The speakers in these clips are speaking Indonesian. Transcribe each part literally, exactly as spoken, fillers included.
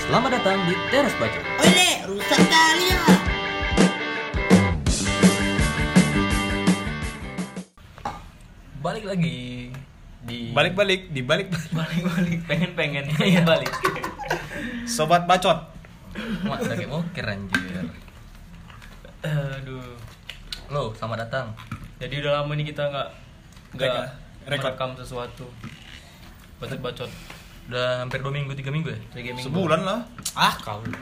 Selamat datang di Teras Baca. Oleh, rusak kali ya. Balik lagi di Balik-balik, dibalik balik-balik pengen-pengen pengen balik. Sobat Bacot. Mak udah kayak mokir anjir. Aduh. Lo, selamat datang. Jadi udah lama nih kita nggak nggak Rekod. merekam sesuatu. Bacot-bacot. Udah hampir dua minggu, tiga minggu ya? Tiga minggu. Sebulan lah. Ah, kau lupa.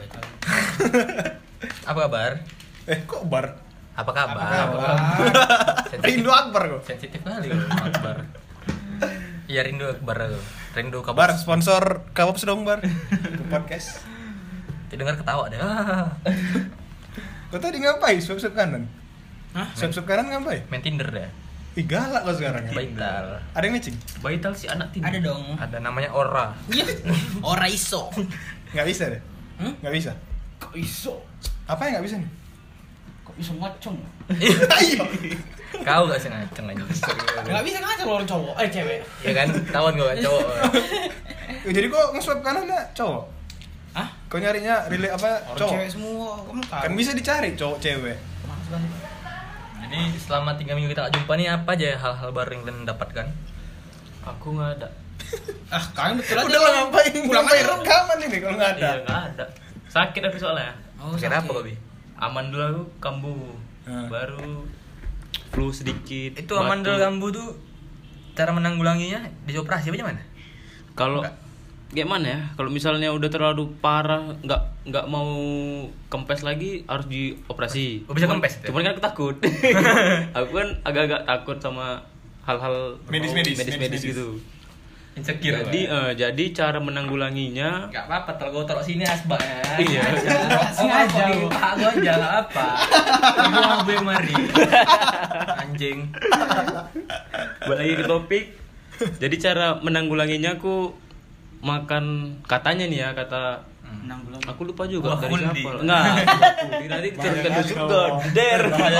Apa kabar? Eh, kok bar? Apa kabar? Apa kabar? Sensitif, Rindu Akbar kok. sensitif kali lo, Akbar. Iya rindu Akbar lo. Rindu Kabar kabar. sponsor Kapops dong, Bar. Ke podcast. Dengar ketawa deh. Ah. Kau tadi ngapain? Swipe-swipe kanan. Hah? Swipe-swipe kanan ngapain? Main Tinder deh. Ih, galak kau sekarang ya. Baital. Ada yang matching? Baital si anak Tinder. Ada dong. Ada namanya Ora. Iya. Ora iso. Enggak bisa deh. Hmm? Enggak bisa. Kok iso? Apa yang enggak bisa nih? Kok iso ngacung? Ayo. Kau gak sih ngaceng aja. Enggak bisa ngacung orang cowok, eh cewek. Ya kan, kawan gue cowok. Jadi kok nge-swipe kanan ya cowok? Hah? Kau nyarinya relate apa Orang cowok? cewek semua, kamu tahu. Kan bisa dicari cowok cewek. Maaf banget. Jadi selama tiga minggu kita gak jumpa nih, apa aja hal-hal baru yang kalian dapatkan? Aku nggak ada. Ah, kalian betul aja. Udah lah ngapain? Pulang Ngapain aja. rekaman ini kalau enggak ada? Iya nggak ada. Sakit aku soalnya. Oh, Kira apa sakit. Kobi? Aman dulu aku kambuh. Hmm. Baru flu sedikit. Itu batuk. amandel kambuh tuh cara menanggulanginya dioperasi apa gimana? Kalau gimana ya? Kalau misalnya udah terlalu parah, nggak nggak mau kempes lagi, harus dioperasi. Oh, bisa Cuman- kempes itu ya? Cuman kan aku takut. Aku kan agak-agak takut sama hal-hal Medis-medis, medis-medis medis-medis. gitu. Insecure. Jadi eh, jadi cara menanggulanginya Gak apa-apa, kalau gue taruh sini asbak ya. Iya. Sengaja di paha gue aja, gak apa. Gue mau gue mari. Anjing. balik lagi ke topik. Jadi cara menanggulanginya aku makan, katanya nih ya, kata Nanggulang. aku lupa juga Buah dari kundi. siapa. Enggak, buah kundi. Nanti terkena juga der.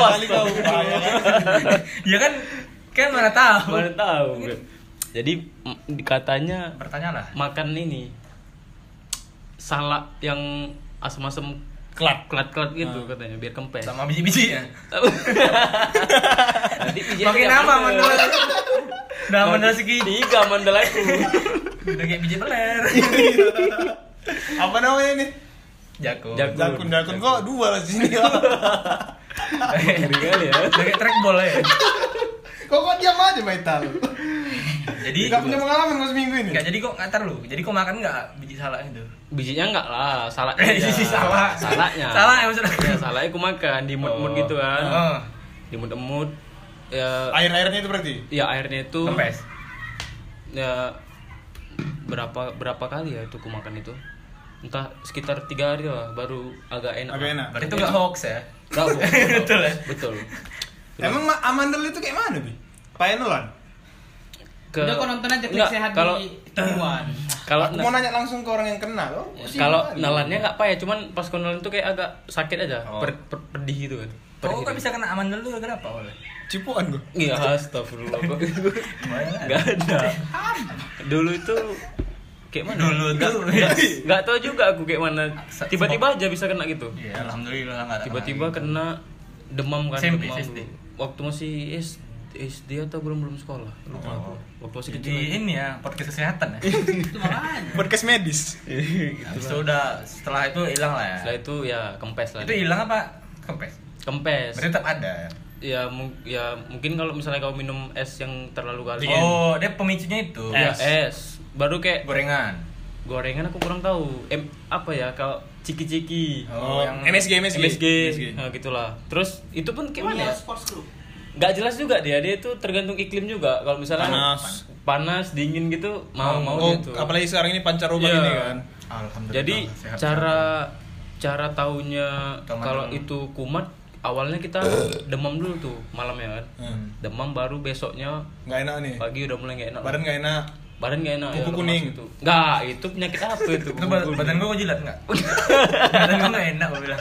Ya kan, kan mana tahu. Mana tahu. Jadi m- katanya Bertanya lah. makan ini salak yang asam-asam klat klat klat gitu katanya biar kempes. Sama biji-biji ya. Nanti bijinya Makin tiap nama mandel. mandel. Nah, mandel segini. Tiga mandel aku. Udah kayak biji peler. Apa namanya ini? Jago. Jago. Jakun, jakun kok dua lah sini. Ngeri kali ya. Udah kayak trackball ya. Kok kok diam aja Maital? Jadi Enggak punya pengalaman mas minggu ini. Enggak, jadi kok ngantar lu. Jadi kok makan enggak biji salak itu? Bijinya enggak lah, salaknya Eh, aja. biji salak. Salaknya. Salak ya maksudnya. Ya, salaknya aku makan di mut-mut Oh. gitu kan. Oh. Di mut-mut ya Air-airnya itu berarti. ya airnya itu Kempes. ya berapa berapa kali ya itu aku makan itu. Entah sekitar tiga hari lah baru agak enak. Agak enak. Berarti itu enggak hoax ya? Enggak, Bu. Betul ya? Betul. Emang ma- amandel itu kayak mana, Bi? Paenolan. Ke Udah kau nonton aja Enggak, klik sehat kalau di temuan. kalau Aku mau nanya langsung ke orang yang kena loh. kalau nelannya nggak apa ya, cuman pas kau nelan tuh kayak agak sakit aja, Oh. per, per- pedih gitu kan. Kok Perih kok gitu. bisa kena amandel lu kenapa oleh? Cipuan gua. Iya, astagfirullah. Kok Lumayan. Enggak ada. Dulu itu kayak mana? Dulu Nggak- tuh. nggak- nggak tahu juga aku kayak mana. Tiba-tiba aja bisa kena gitu. Iya, alhamdulillah enggak ada. Tiba-tiba kena demam kan, S M P, demam. S D. Waktu masih S S D atau belum belum sekolah. Lupa aku. Oh. Waktu masih Jadi kecil. aja. ini ya, podcast kesehatan ya. Itu makanya. Podcast medis. Habis itu udah setelah itu hilang lah ya. Setelah itu ya kempes lah. Itu hilang apa? Kempes. Kempes. Berarti tetap ada. Ya, mu- ya mungkin kalau misalnya kau minum es yang terlalu kali. Oh, dia pemicunya itu. Ya, es. Baru kayak Gorengan. gorengan aku kurang tahu. Em apa ya kalau ciki-ciki. Oh, yang M S G, M S G. M S G, M S G. Nah, gitulah. Terus itu pun kayak mana ya? Sports Group. Nggak jelas juga dia. Dia itu tergantung iklim juga. Kalau misalnya Panas. panas, dingin gitu, mau mau Oh, gitu. apalagi sekarang ini pancaroba Iya. ini kan. Alhamdulillah. Jadi sehat cara cara taunya Teman-teman. kalau itu kumat, awalnya kita demam dulu tuh malam ya kan. Hmm. Demam baru besoknya Nggak enak nih. pagi udah mulai nggak enak. Badan nggak enak. Badan nggak enak. Kuku lemas kuning. Itu. Nggak, itu penyakit apa itu? Itu ba- badan gua jilat enggak? Badan gua enggak enak gua bilang.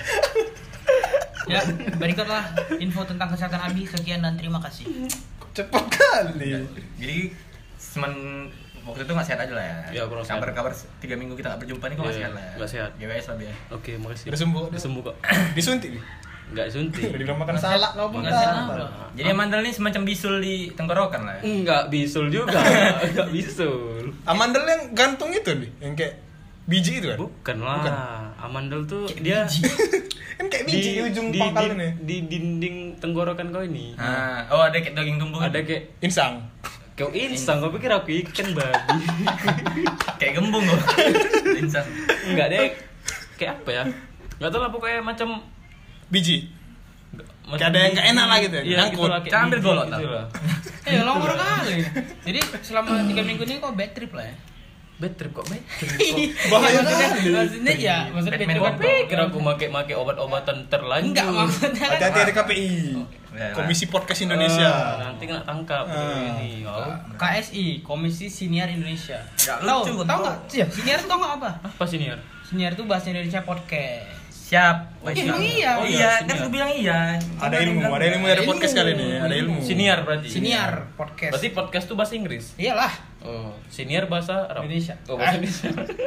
Ya, berikutlah info tentang kesehatan Abi. Sekian dan terima kasih. Cepat kali. Jadi semen waktu itu nggak sehat aja lah ya. Iya, kurang sehat. Kabar-kabar tiga minggu kita nggak berjumpa nih kok nggak Iya, sehat lah. Ya. nggak sehat. G W S lah dia. Oke, makasih. Udah sembuh? Udah sembuh kok. Disuntik nih. Enggak suntik. Udah dibilang makan salak kau pun. Nggak sehat. Jadi amandel ini semacam bisul di tenggorokan lah. Ya. Enggak bisul juga. Enggak bisul. Amandel yang gantung itu nih, yang kayak biji itu kan? Bukan lah. Bukan. Amandel tuh dia Kan kayak biji di, ujung di, pangkal di, ini. di dinding tenggorokan kau ini. Ah, oh ada kayak daging tumbuh. Ada kayak Insang. kau insang, kau pikir aku ikan babi. kayak gembung loh. Insang. Enggak deh. Kayak apa ya? Enggak tahu lah pokoknya macam Biji. macam Kayak ada yang nggak enak lah gitu ya, Iya, nyangkut. gitu lah, kayak Jangan ambil biji golok, gitu tau. lah. Eh, longgar kali. Jadi selama tiga minggu ini kok bad trip lah ya. Bad trip kok bad trip. Bahaya maksudnya, kali. maksudnya ya, maksudnya bad Batman trip kan Gotham. Pikir aku make-make obat-obatan terlanjur. enggak maksudnya kan. Hati-hati ada K P I. Ya, Komisi Podcast Indonesia. Ah, nanti kena tangkap Ah. ini. Oh. K S I, Komisi Siniar Indonesia. Nggak Tahu, lucu, tahu kok. enggak? Iya, siniar itu tahu enggak apa? Apa senior? Siniar itu bahasa Indonesia podcast. Siap. Oh, iya. Oh iya, iya, kan siniar. aku bilang iya. Ada Kan ilmu, bilang ada ilmu iya. dari podcast kali ini, ada ilmu. Senior berarti. Siniar podcast. Berarti podcast tuh bahasa Inggris. Iyalah. Oh, senior bahasa Arab. Indonesia. Oh, bahasa Ah. Indonesia.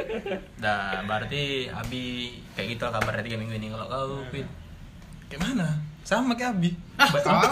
Nah, berarti Abi kayak gitu lah kabarnya tiga minggu ini. Kalau kau, Pit, Kayak mana? Sama kayak Abi. Ah, salah.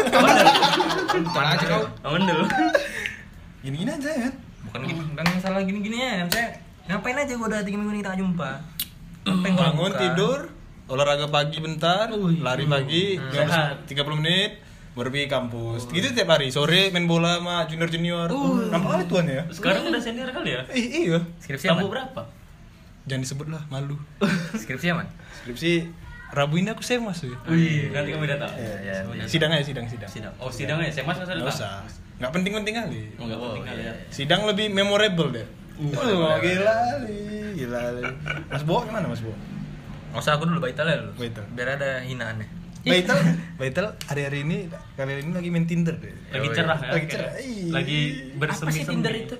Mana aja kau? Amandel. Gini-gini aja kan. bukan gini, bukan salah gini-gini ya. Saya ngapain aja gua udah tiga minggu ini tak jumpa. Ngapain gua Bangun buka? tidur, olahraga pagi bentar, Wih. lari pagi, Sehat. tiga puluh menit, baru pergi kampus. Gitu tiap hari. Sore main bola sama junior-junior. Nampak kali tuan ya? Sekarang udah senior kali ya? Eh, iya. Skripsi Kamu aman. berapa? Jangan disebut lah, malu. Skripsi aman. Skripsi Rabu ini aku semas ya. Wih, nanti kamu datang. Iya, iya. Sidang aja, sidang, sidang. Sidang. Oh, sidang ya? Saya mas masa Nggak datang. usah. Nggak penting-penting kali. Oh, enggak penting Oh, kali iya. ya. Sidang lebih memorable deh. Oh, gila nih, gila nih. Mas Bo gimana Mas Bo? Nggak usah aku dulu Baital ya dulu. Baital. Biar ada hinaannya. Baital, Baital hari-hari ini kali ini lagi main Tinder deh. Lagi Oh, iya. cerah ya. Lagi cerah. Ih. Lagi bersemi-semi. Apa sih Tinder itu?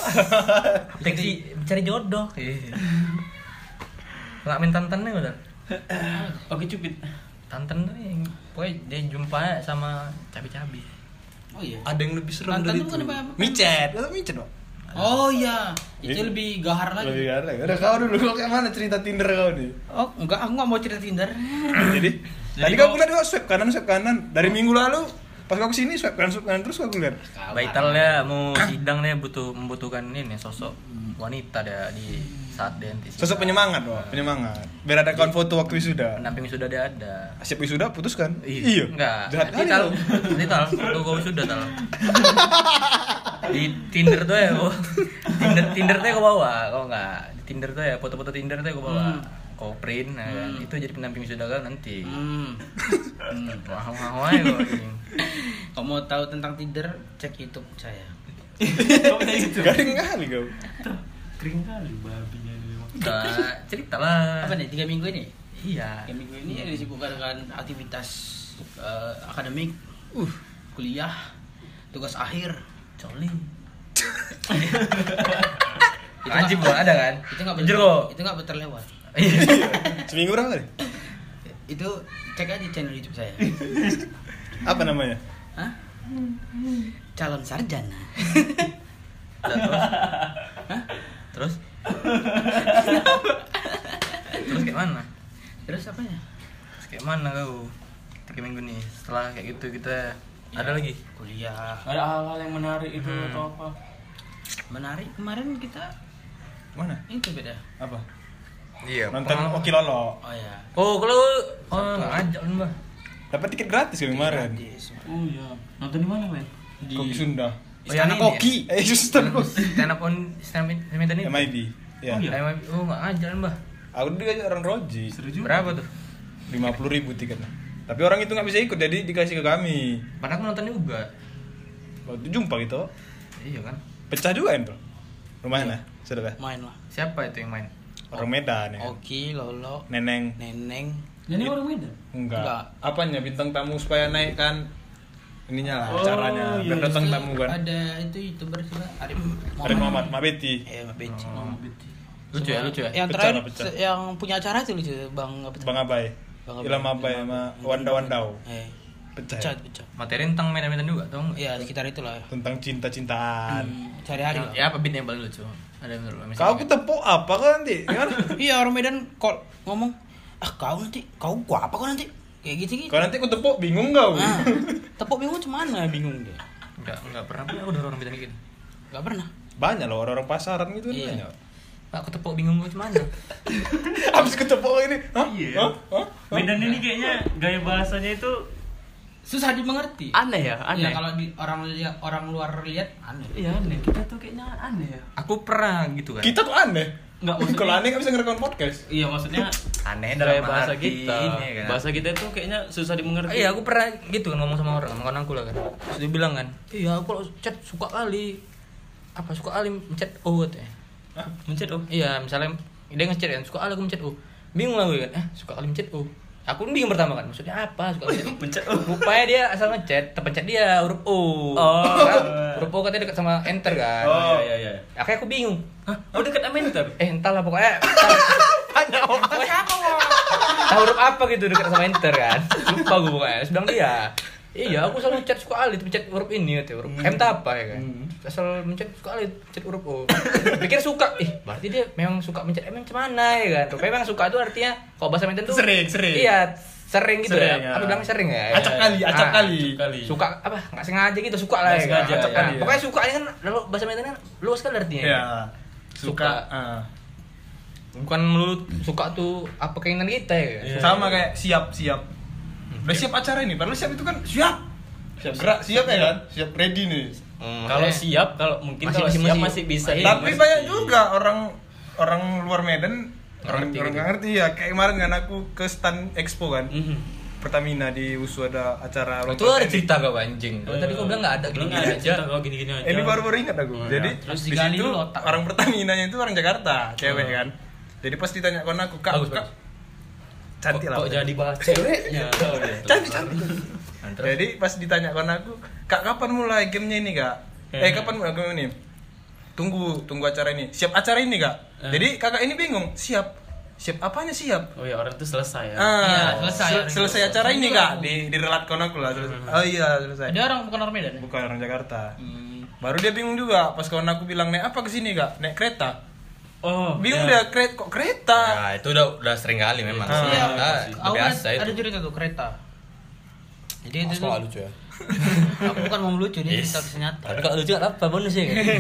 Teksi cari jodoh. Nggak main tantannya udah. Oke, cupid. Tantan tuh yang pokoknya dia jumpa sama cabi-cabi. Oh iya. Ada yang lebih serem Tantan dari tuh itu. bukan apa-apa. Micet, atau micet Pak? Oh iya, itu Jadi- lebih gahar lagi. Lebih gak ada. Udah kau dulu, kau kayak mana cerita Tinder kau nih? Oh enggak, aku nggak mau cerita Tinder. Jadi, tadi kau lihat kau swipe kanan, swipe kanan. Dari minggu lalu, pas kau kesini swipe kanan, swipe kanan terus kau lihat. Baital ya mau sidang dia butuh membutuhkan ini sosok wanita dia di saat dia nanti sidang. Sosok penyemangat, Pak. Penyemangat. Biar ada kawan foto waktu wisuda. Pendamping sudah dia ada. Siap wisuda putuskan? Enggak. Jahat Nanti kali tal, kau. nanti tal, foto kau sudah tal. Di Tinder tuh ya, kau. Tinder Tinder tuh ya kau bawa, kau enggak. Di Tinder tuh ya foto-foto Tinder tuh ya kau bawa. Kau print, nah, kan. Itu jadi pendamping sudah kan nanti. Hmm. Wah, wah, wah, kau ini. Kamu mau tahu tentang Tinder? Cek YouTube saya. Kamu kayak gitu. Garing kali kau. Kering kali babinya ini. Nah, cerita lah. Apa nih? Tiga minggu ini? Iya. Tiga minggu ini disibukkan dengan aktivitas eh, akademik, uh, kuliah, tugas akhir. Coli. Itu Anjing nggak- gua ada kan? Itu nggak Jujur boleh- kok. Itu nggak boleh terlewat. Seminggu berapa kali? Itu cek aja channel YouTube saya. Apa namanya? Hah? Calon sarjana. Udah, terus? Hah? Terus? Terus kayak mana? Terus apanya? Terus kayak mana kau? Tiga minggu nih. Setelah kayak gitu kita ada lagi. Kuliah. Ada hal-hal yang menarik itu Hmm. atau apa? Menarik kemarin kita Mana? itu beda. Apa? Iya. Nonton Oki Lolo. Oh ya. Oh, kalau oh nggak ngajak kan, Mbak. Dapat tiket gratis kan kemarin. Gratis. Oh iya. Nonton di mana, men? Di Koki Sunda. Oh, yang Istana ini Koki. Eh, Suster Koki. Stand up on stand up Medan itu. M I B. Ya. Oh, iya. M I B. Oh, nggak ngajak kan, Mbak. Aku dulu diajak orang Roji. Seru juga. Berapa tuh? lima puluh ribu tiketnya. Tapi orang itu nggak bisa ikut, jadi dikasih ke kami. Padahal aku nonton juga. Waktu jumpa gitu, Iya kan? pecah juga kan, Bro? Lumayan lah, sudah lah. Main lah. Siapa itu yang main? Orang Medan ya. Oki, Lolo, Neneng. Neneng. Jadi orang Medan. Enggak. Enggak. Apanya bintang tamu supaya naikkan ininya lah, Oh, acaranya. iya. Biar datang Itu tamu kan. Ada itu YouTuber siapa? Arif Arif Muhammad, Mak Betty. Eh, Mbak Beci. Oh, Betty. Lucu ya, lucu ya. Yang Pecah terakhir lah, pecah. se- yang punya acara itu lucu, Bang apa tuh? Bang Abai. Bang Ilham Abai sama Wanda Wandau. Eh. Pecah. Pecah, pecah. Materi tentang Medan-Medan juga, tau nggak? Iya, sekitar itulah. Tentang cinta-cintaan. Hmm, sehari-hari lah. Ya apa beat yang paling lucu? Ada yang menurut lo? Kau aku tepuk apa kau nanti? Gimana? Iya, orang Medan kok ngomong, "Ah, kau nanti, kau gua apa kau nanti?" Kayak gitu-gitu. Kau nanti aku tepuk bingung kau. Nah, tepuk bingung cemana? Bingung dia. Enggak, enggak pernah punya aku dari orang Medan gitu. Gak pernah. Banyak loh orang-orang pasaran gitu Iya. banyak. Pak, aku tepuk bingung gue mana? Habis ketepuk ini, hah? Iya. Hah? Hah? Medan ini kayaknya gaya bahasanya itu Susah dimengerti. aneh ya, aneh. Iya, kalau di orang lihat orang luar lihat aneh. Iya aneh. Kita tuh kayaknya aneh ya. Aku pernah gitu kan. Kita tuh aneh. Nggak, maksudnya- Kalau aneh nggak bisa ngerekam podcast. Iya maksudnya Aneh gaya dalam bahasa arti kita. ini kan. Bahasa kita itu kayaknya susah dimengerti. Iya, aku pernah gitu kan ngomong sama orang, sama kawan aku lah kan. Terus dia bilang kan, "Iya, aku kalau chat suka kali." Apa suka kali mencet oh katanya. Mencet oh. Iya, misalnya dia ngechat kan, suka kali aku mencet oh. Bingung lah gue kan, eh suka kali mencet oh. Aku bingung pertama kan, maksudnya apa suka kali Mencet oh. Rupanya dia asal ngechat, terpencet dia huruf O. Oh. Kan, huruf O katanya dekat sama enter kan. Oh. iya iya iya. Akhirnya aku bingung. Hah? Oh dekat sama enter. Eh entahlah pokoknya. Tanya tahu huruf apa gitu dekat sama enter kan. Lupa gue pokoknya. Terus bilang dia. Iya, aku selalu mencet suka kali, mencet huruf ini katanya, huruf M tak apa ya kan. Asal mencet suka kali, mencet huruf O. Pikir suka, ih berarti dia memang suka mencet M macam mana ya kan. Rupanya memang suka itu artinya kalau bahasa Medan tuh Sering, sering. Iya, sering gitu Sering, ya. ya. Apa bilang sering ya? Acak kali, acak Ah, kali. Kali. Suka apa? Enggak sengaja gitu, suka lah Nggak ya. sengaja, Kan? acak Nah, kali, ya. pokoknya suka ini kan kalau bahasa Medan kan luas sekali artinya. Iya. Suka. Suka. ah. Bukan melulu suka tuh apa keinginan kita ya. kan? Iya. Sama kayak siap, siap. Udah siap acara ini, padahal siap itu kan siap. Siap gerak, siap ya kan? Siap ready nih. Hmm, Kalau makanya- siap, kalau mungkin Masih- kalau masih- siap masih- masih bisa. masih- Iya, Tapi masih. banyak juga orang orang luar Medan Nggak orang ngerti orang gitu. nggak ngerti ya. Kayak kemarin kan aku ke stand Expo kan. Mhm. Pertamina di U S U ada acara itu lomba ada teknik. cerita kau anjing. Kalau tadi kau bilang enggak ada, Bilang gini-gini nggak ada aja. cerita kalau gini-gini aja. Eh, Ini baru-baru ingat aku. Oh, Jadi ya. Terus di digali situ dulu otak. orang Pertaminanya itu orang Jakarta, cewek Hmm. kan. Jadi pas ditanya kon aku, "Kak, Bagus, Kak, bagus. cantik lah." Kok jadi bahas ceweknya? Oh, iya. Cantik, cantik. Nah, terus? Jadi pas ditanya kon aku, "Kak, kapan mulai gamenya ini, Kak?" Hmm. Eh, kapan mulai game ini? Tunggu, tunggu acara ini. Siap acara ini, Kak. Hmm. Jadi kakak ini bingung, siap. Siap apanya siap? Oh ya orang itu selesai ya. Ah, Iya, selesai. sel- selesai acara ini, Kak. Di direlat kon aku lah. Selesai. Oh iya, selesai. Dia orang bukan orang Medan. ya? Bukan orang Jakarta. Hmm. Baru dia bingung juga pas kawan aku bilang, "Naik apa ke sini, Kak?" "Naik kereta." Oh. Bingung ya. dia, "Kret kok kereta?" Nah, itu udah udah sering kali memang. Ah. Iya, Iya, udah aku biasa ada, itu. ada cerita tuh kereta. Jadi itu Mas, tuh, kok lucu ya? aku bukan mau melucu, dia Yes. cerita kisah nyata. Tapi kalau lucu apa bonus ya? Kan?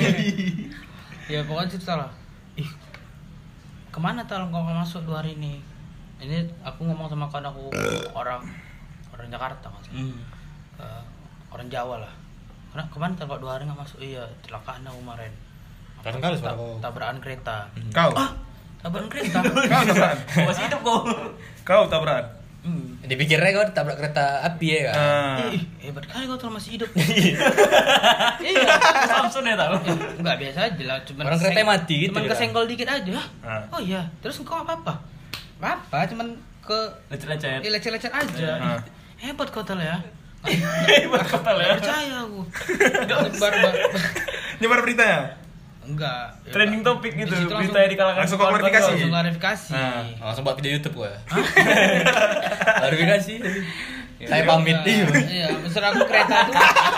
Ya pokoknya cerita lah. Ih, kemana tal kau mau masuk dua hari ini? Ini aku ngomong sama kawan aku orang orang Jakarta maksudnya. Hmm. Eh, orang Jawa lah. Karena kemana tal kau dua hari nggak masuk? Iya, kecelakaan aku kemarin. Keren kali suara Ta- kau. tabrakan kereta. Kau. Ah, tabrakan kereta. Kau tabrakan. Masih hidup kok. Kau tabrakan. Hmm. Dipikirnya kau ditabrak kereta api ya kan? Ah. Ih, hebat kali kau tuh masih hidup. Iya. Iya. Samson ya tahu. Enggak biasa aja lah, cuman Orang kereta mati gitu Cuman ya? kesenggol dikit aja. Ah. Oh iya, terus kau apa-apa? Apa? Cuman ke Lecet-lecet. eh, lecet-lecet aja. Ah. Ih, hebat kau tal ya. Hebat kata Nggak ya. percaya aku. Bar, bar, Nyebar beritanya. enggak. Trending topik gitu. Di situ langsung- Berita di kalangan langsung kawan-kawan. klarifikasi. Langsung klarifikasi. Ah. Langsung buat video YouTube gua. Klarifikasi. Saya pamit. Iya, iya, maksud aku kereta itu.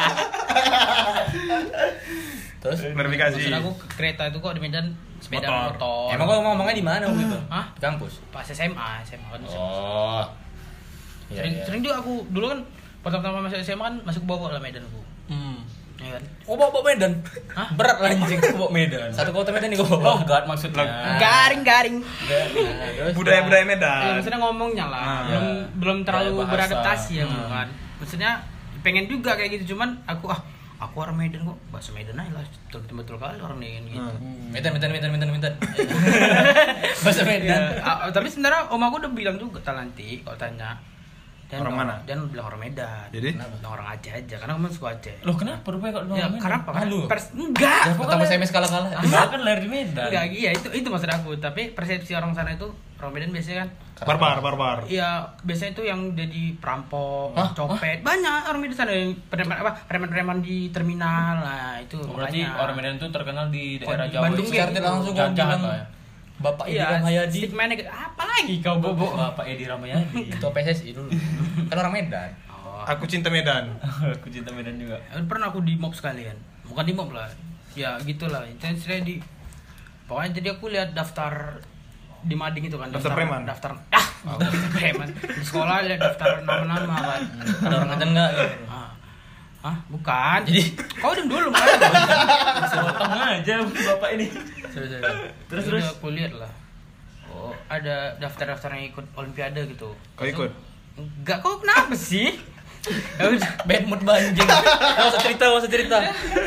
Terus Klarifikasi. Maksud aku kereta itu kok di Medan sepeda Motor. motor. emang kau ngomongnya di mana waktu itu? Hah? Di kampus. Pas S M A, S M A kan S M A. Oh. Iya, Sering, iya. sering juga aku dulu kan pertama-tama masuk S M A kan masuk bawa lah Medan aku. Hmm. Ya kan? Oh, bawa bawa Medan. Hah? Berat lah anjing bawa Medan. Satu kota Medan nih gua bawa. Logat maksudnya. Garing-garing. Nah, terus Budaya-budaya Ya, Medan. maksudnya ngomongnya lah, Ah, belum ya. belum terlalu Gaya bahasa. beradaptasi ya Hmm. kan. Maksudnya pengen juga kayak gitu, cuman aku ah aku orang Medan kok, bahasa Medan aja lah, betul-betul kali orang Medan gitu. Hmm. Medan, Medan, Medan, Medan, Medan. Bahasa Medan. Ya, ah, tapi sebenarnya om aku udah bilang juga tal nanti kalau tanya. Dan Orang mana? Dan bilang orang Medan. Jadi? Bilang orang Aceh aja, karena aku suka Aceh. Loh kenapa rupanya kok Ya, Medan? karena apa? Karena Malu. pers enggak. Ya, pertama saya mes kalah-kalah. Dia kan lahir di Medan. Enggak, iya itu itu maksud aku. Tapi persepsi orang sana itu orang Medan biasanya kan Barbar, barbar. iya biasanya itu yang jadi perampok, Hah? copet, banyak orang Medan sana yang preman apa preman-preman di terminal lah itu. Berarti makanya. orang Medan itu terkenal di Kok daerah di Jawa. Bandung itu. kayak Secara gitu. langsung kau Jahat bilang apa ya? Bapak Iya, Idham Hayadi. stigma negatif. Apa lagi kau bobo? Bapak Edi Ramayadi. Ketua P S S I dulu. Kan orang Medan. Oh, Aku cinta Medan. Aku cinta Medan juga. Pernah aku di mob sekalian. Bukan di mob lah. Ya gitulah. Intensnya di pokoknya jadi aku lihat daftar di mading itu kan. Daftar preman? Daftar ah, oh, daftar preman. Di sekolah lihat daftar nama-nama kan. Ada orang ngajak enggak gitu. Ah. Hah? Bukan. Jadi kau diam dulu makanya. Potong aja bapak ini. Terus Terus, terus terus? aku lihat lah. Oh, ada daftar-daftar yang ikut olimpiade gitu. Kau ikut? Enggak, kau kenapa sih? Ya udah. Bad mood banjing. Enggak usah cerita, enggak usah cerita.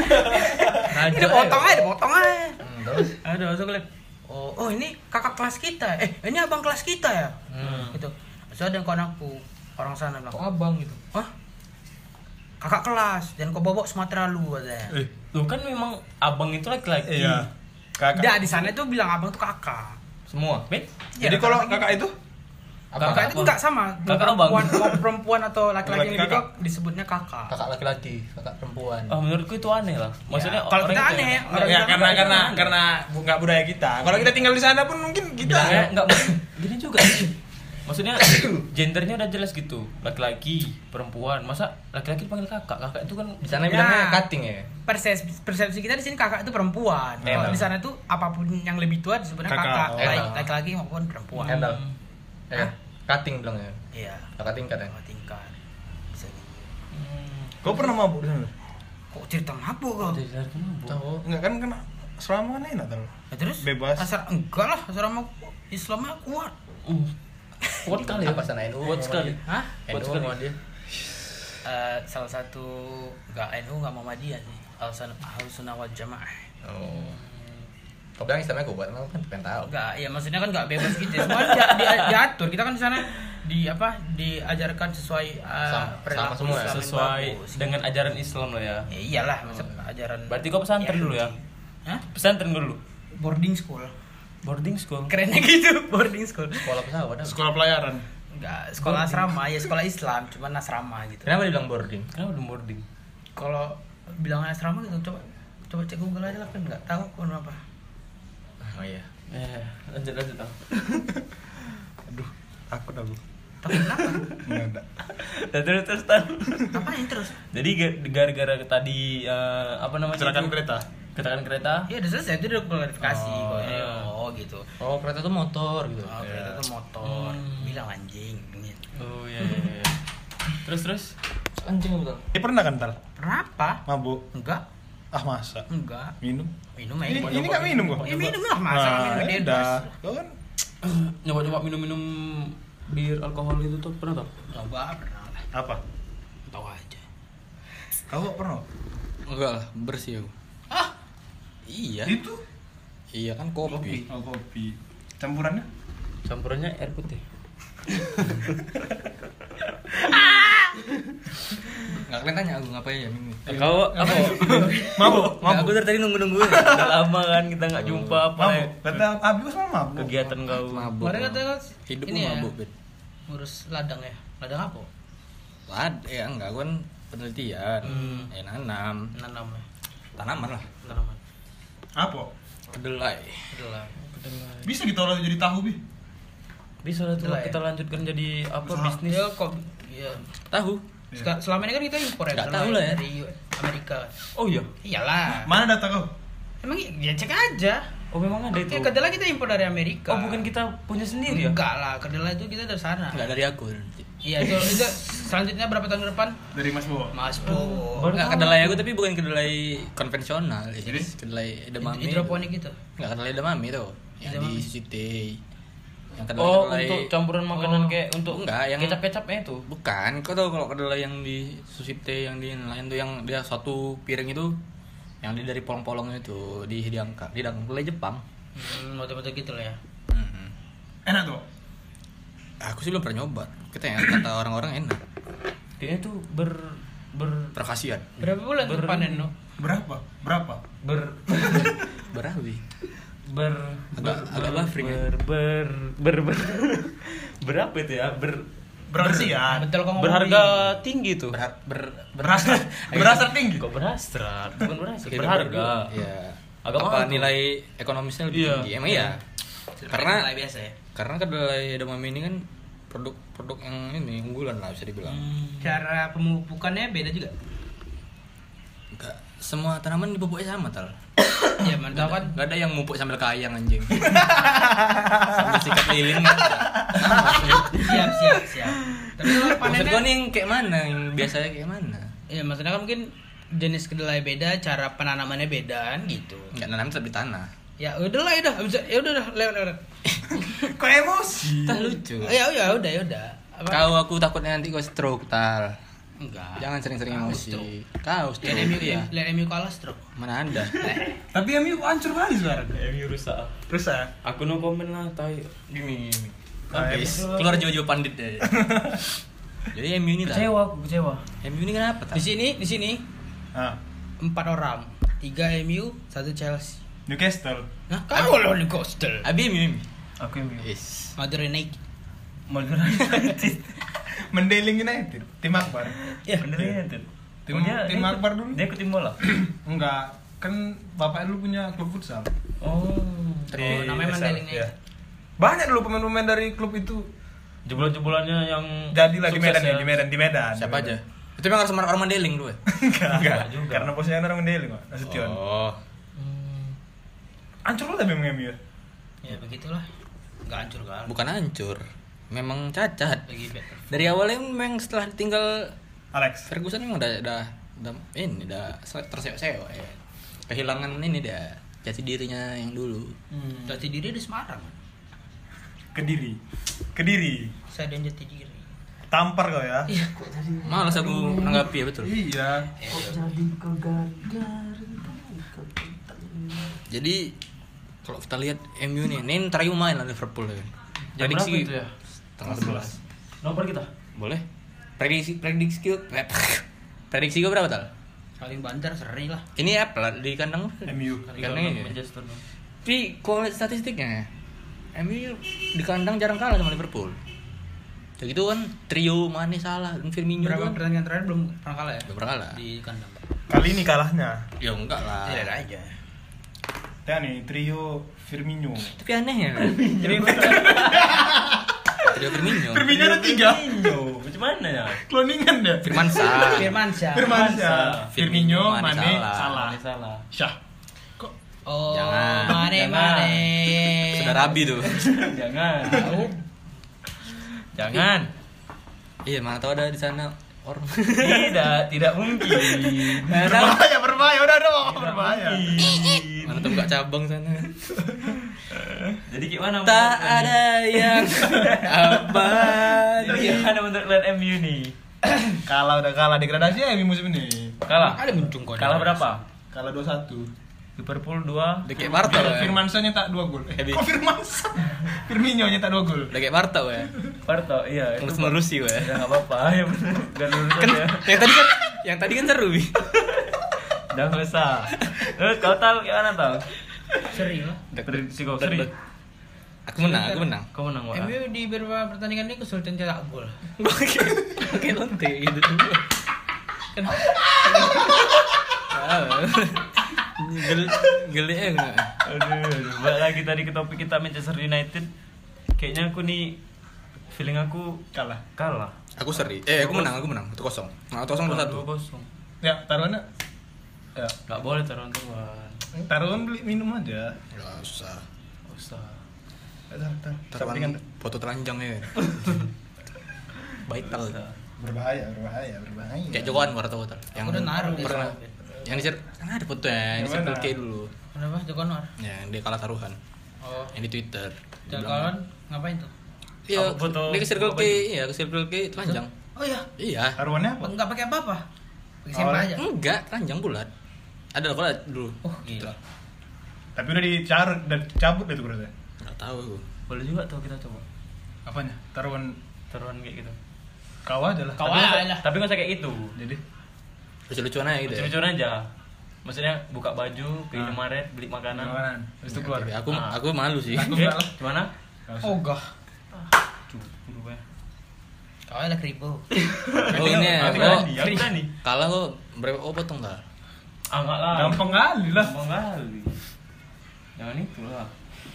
Ada potong aja, potong aja. Hmm, terus Ada masuk lihat. Oh, oh ini kakak kelas kita. Eh, ini abang kelas kita ya. Hmm. Gitu. Terus ada yang kawan aku orang sana bilang, kok abang gitu. "Hah? Kakak kelas dan kau bawa Sumatera lu," katanya. Eh, Lu kan memang abang itu laki-laki. iya. Kakak. Enggak, di sana itu bilang abang tuh kakak. Semua. Ben? Jadi Ya, kalau kakak kakak itu Apa? kakak itu enggak sama. Mau Kakak abang. perempuan, mau perempuan atau laki-laki yang lebih Kakak. tua disebutnya kakak. Kakak laki-laki, kakak perempuan. Oh, menurutku itu aneh lah. Maksudnya Ya, kalau orang kita itu aneh, ya- orang ya kita karena aneh. karena karena nggak budaya kita. Kalau kita tinggal di sana pun mungkin kita bilangnya enggak gini juga. Maksudnya gendernya udah jelas gitu. Laki-laki, perempuan. Masa laki-laki dipanggil kakak? Kakak itu kan Di sana Ya. bilangnya cutting ya. persepsi persepsi kita di sini kakak itu perempuan. Kalau Emang. di sana tuh apapun yang lebih tua disebutnya Kakak. kakak, Oh. baik Emang. laki-laki maupun perempuan. Endal. Hah? Ya, cutting bilangnya. Iya. Kakak tingkat ya. Kakak tingkat. Bisa gitu. Kau pernah mabuk di sana? Kok cerita mabuk kau? Dari dari kenapa? Tahu. Enggak kan kena selama kan enak tau. Ya, terus Bebas. Asal enggak lah, asrama Islamnya kuat. Uh, kuat kali ya. Apa sana N U? Kuat sekali. Hah? N U Kuat sekali. sama dia. Eh, salah satu enggak N U enggak Muhammadiyah sih. Al-Sunnah wal Jamaah. Oh. Kau bilang Islamnya kuat, emang kan pengen tahu. Enggak, ya maksudnya kan enggak bebas gitu. Semua di, di, diatur. Kita kan di sana di apa? Diajarkan sesuai uh, Sama- perilaku sama semua ya? Islam yang Sesuai bagus. dengan ajaran Islam lah ya. Ya iyalah, masa ajaran. Berarti kau pesantren dulu ya? Hah? Pesantren dulu. Boarding school. Boarding school. Kerennya gitu, boarding school. Sekolah pesawat ada. Sekolah pelayaran. Enggak, sekolah asrama, ya sekolah Islam, cuman asrama gitu. Kenapa dibilang boarding? Kenapa udah boarding? Kalau bilang asrama gitu, coba coba cek Google aja lah kan enggak tahu kenapa. Oh iya. Eh, lanjut lanjut Tam. Aduh, takut aku. Tapi kenapa? Enggak ada. Dan terus terus Tam. Apa yang terus? Jadi ga- gara-gara tadi eh, apa namanya? Kecelakaan itu? kereta. Kecelakaan kereta. Ya udah selesai, itu udah klarifikasi Oh, kok. iya. Oh gitu. Oh, kereta tuh motor gitu. Oh, kereta tuh motor. Hmm. Bilang anjing. Gitu. Oh iya. iya, iya. Terus terus. Anjing betul. Ini pernah kan Tal? Kenapa? Mabuk. Enggak, Ah masa? enggak. Minum? Minum Ini aja. ini enggak minum kok. Ya minum lah, masa Nah, minum ya bebas. udah. Kau kan Nyoba-nyoba minum-minum bir alkohol itu tuh pernah tau? Coba pernah lah. apa? Tahu aja. Kau pernah? Enggak lah, bersih aku. Ah, Iya. Itu Iya kan kopi. Oh, kopi. Campurannya? Campurannya air putih. Enggak kalian tanya aku ngapain ya minggu. Kau apa? Mabuk, Enggak, mabuk. aku dari tadi nunggu-nunggu. Udah lama kan kita nggak jumpa apa ya, Mabuk. Kata Abi sama mabuk. kegiatan kau. Mabuk. kemarin katanya Hidup ini ya, mabuk, Bet. ngurus ladang ya. Ladang apa? Lad, ya enggak, aku kan penelitian. Hmm. Ya nanam, Nanam ya. tanaman lah. Tanaman. Apa? Kedelai. Adalah. Bisa kita olah jadi tahu, Bi. Bisa lah tuh Itulah ya. kita lanjutkan jadi apa Usaha. bisnis. Ya kok ya. Tahu. Seka- Selama ini kan kita impor ya. Nggak selama tahu lah ya. Dari Amerika. Oh iya. Iyalah. Mana data kau? Emang ya cek aja. Oh memang ada itu. Oke, kedelai kita impor dari Amerika. Oh bukan kita punya sendiri ya? Enggak lah, kedelai itu kita dari sana. Enggak dari aku nanti. Iya, itu, itu selanjutnya berapa tahun ke depan? Dari Mas Bo. Mas Bro. Baru Enggak tahu. kedelai aku tapi bukan kedelai konvensional. Jadi Jadi? kedelai edamame. Hidroponik itu. Enggak kedelai edamame itu. Yang Edamame. di Susite. Yang kedelai Oh kedelai untuk campuran makanan Oh. kayak untuk Enggak, yang- kecap-kecapnya itu. Bukan, kau tahu kalau kedelai yang di Susite yang di nelayan tuh yang dia satu piring itu yang di dari polong-polong itu di diangkat, di dalam kedelai Jepang. Hmm, motor-motor gitu lah ya. Hmm. Enak tuh. Aku sih belum pernah nyoba. Kita yang kata orang-orang enak. Kayaknya tuh ber ber Perkasian. Berapa bulan Ber- tuh panen no? Berapa? Berapa? ber Berawi. ber Agak- agak buffering ya. ber ber ber ber berapa itu ya ber Berasian. Betul kok ngomong. berharga tinggi tuh. Ber, ber, Berasar. Berasar tinggi. Kok berhasrat? Bukan berhasrat, Kehidupan berharga. berdua. Iya. Agak Apa mahal tuh. nilai ekonomisnya lebih Iya. tinggi? Emang iya. Karena Kedelai biasa ya. karena kedelai edamame ini kan produk-produk yang ini unggulan lah bisa dibilang. Cara pemupukannya beda juga. Enggak semua tanaman dipupuknya sama tal. Ya mantap kan. Enggak ada yang mupuk sambil kayang anjing. Sambil sikat lilin kan. Siap siap siap. Tapi kalau Maksud panennya gua nih yang kayak mana? Yang biasanya kayak mana? ya maksudnya kan mungkin jenis kedelai beda, cara penanamannya beda kan gitu. Enggak nanam tetap di tanah. Ya udahlah ya udah, bisa ya udah udah, lewat lewat. Kok emosi? Tah lucu. Ya ya udah ya udah. Apa? Kau aku takutnya nanti kau stroke tal. Enggak. Jangan sering-sering Kau emosi. stroke. Kau Lihat stroke M U ya. lihat M U kalah stroke. Mana ada? Tapi M U hancur kali sekarang. M U rusak. Rusak. Aku no komen lah, tai. Gini. Ah, Habis keluar jiwa-jiwa pandit ya. Jadi M U ini tal. Kecewa, aku kecewa. M U ini kenapa tal? Di sini di sini Ah, empat orang, tiga M U, satu Chelsea. Newcastle. Nah, kau loh di Coastal. Abi M U ini. Aku M U. Yes. Madura United. Madura United. Mendeling United, tim Akbar. Ya. Madura United. Tim- Oh, dia- tim dia Akbar ikut- dulu. Dia ikut tim bola. Enggak, kan bapak dulu punya klub futsal. Oh. Oh, namanya Mandailing Iya. United. Banyak dulu pemain-pemain dari klub itu. Jebolan-jebolannya yang Jadilah di sukses Medan ya. nih, di Medan, di Medan. Siapa di aja? Medan. Itu memang harus orang Mandeling dulu ya? Enggak, Enggak juga. Karena bosnya orang Mendeling, Pak. Nasution. Oh. Hmm. Hancur lo tapi memang M U ya? Ya begitulah. Enggak hancur kan. Bukan hancur. Memang cacat. Lagi better. Dari awalnya memang setelah tinggal Alex. Ferguson memang udah udah, udah ini udah terseok-seok ya. Kehilangan ini dia jati dirinya yang dulu. Hmm. Jati diri di Semarang. Kediri. Kediri. Saya dan jati diri. Tampar kau ya? Iya. Malas aku nanggapi ya betul. Iya. Jadi kalau kita lihat M U nih, ini ntar yuk main lah Liverpool ya. Jam berapa itu ya? Tanggal sebelas. Nomor kita. Boleh? Prediksi prediksi prediksi gue berapa tal? Saling banter seri lah. Ini apa di kandang? M U. Kandang ya. Manchester. Tapi kalau lihat statistiknya, M U di kandang jarang kalah sama Liverpool. Jadi itu kan trio Mane, Salah, dan Firmino Berapa kan pertandingan terakhir belum pernah kalah ya? belum pernah kalah. Di kandang. Kali ini kalahnya. Ya enggak lah. Tidak aja. Ya nih, trio Firmino. Tapi aneh ya. Trio Firmino. Firmino ada tiga. Firmino. Macam mana ya? Cloningan dia. Firmansyah. Firmansyah. Firmansyah. Firmino, Firmino, Mane, Mane, Salah. Salah. Ini salah. Syah. Kok Oh, Jangan. Mane Jangan. Mane. Sudah rabi tuh. Jangan. Tahu. Jangan. Iya, mana tahu ada di sana orang. Tidak, tidak mungkin. Mana tahu. berbahaya, berbahaya. Udah, udah, Tidak berbahaya. mungkin. Mana tahu enggak cabang sana. Jadi gimana? Tak menurut kalian? ada yang Jadi abadi. gimana menurut kalian M U nih? Kalah udah kalah degradasi ya M U musim ini. Kalah. Ada muncung kok. Kalah berapa? Kalah dua satu. Liverpool dua. Udah kayak Barta ya. Firmansyah nyetak dua gol. Eh, Habis. kok Firmansyah? Firmino nyetak dua gol. Udah kayak Barta ya. Parto, iya. itu Terus menerusi ya. Ya enggak apa-apa, ya bener. Gak lurus Kan aja. yang tadi kan yang tadi kan seru. Bi. Udah enggak usah. Terus kau tahu gimana tahu? Seri lah. Prediksi kau seri. Aku menang, aku menang. Kau menang, Wak. M U di beberapa pertandingan ini kesulitan cetak gol. Oke, oke lonte gitu tuh. Kan. Gel geli ya enggak? Aduh, balik lagi tadi ke topik kita Manchester United. Kayaknya aku nih feeling aku Kalah. kalah. Aku seri. Eh, aku menang, aku menang. satu kosong. Nah, satu kosong dua satu. dua kosong. Ya, taruhannya. Ya, Enggak boleh taruhan-taruhan. taruhan beli minum aja. Ya, susah. Enggak usah. Tar, tar. Taruhan foto telanjang ya. Baik tal. Berbahaya, berbahaya, berbahaya. Kayak Joko Anwar tau tal. Yang Aku udah naruh di pernah. sana. Yang di kan ada fotonya, yang di Yang Circle mana? K dulu. Kenapa Joko Anwar? Ya, yang dia kalah taruhan. Oh. Yang di Twitter. Dia Joko bilang, Anwar ngapain tuh? Iya, Apa foto dia ke Circle apa K, baju? iya ke Circle K telanjang. Oh iya. Iya. Taruhannya apa? Enggak pakai apa-apa. Pakai siapa Oh, aja. Enggak, telanjang bulat. Ada lah kalau dulu. Oh, gila. Tapi udah dicabut, udah dicabut itu berarti. Enggak tahu aku. Boleh juga tuh kita coba. Apanya? Taruhan Taruhan kayak gitu. kau aja lah. Kau Tapi nggak aja usah- lah. Tapi nggak usah kayak itu. Jadi Lucu-lucuan aja gitu ya. Lucu-lucuan aja. Maksudnya buka baju ke Ah. Indomaret, beli makanan. makanan. Habis itu Ya, keluar. tapi aku Ah. aku malu sih. Aku Oke, enggak lah. gimana? Nggak usah. Ogah. Cukup gue. Kau aja lah kribo. Oh ini ya. Aku Oh, berani, aku berani. kalah kok berapa oh potong dah. Ah enggak lah. Gampang kali lah. Gampang kali. Jangan itu lah.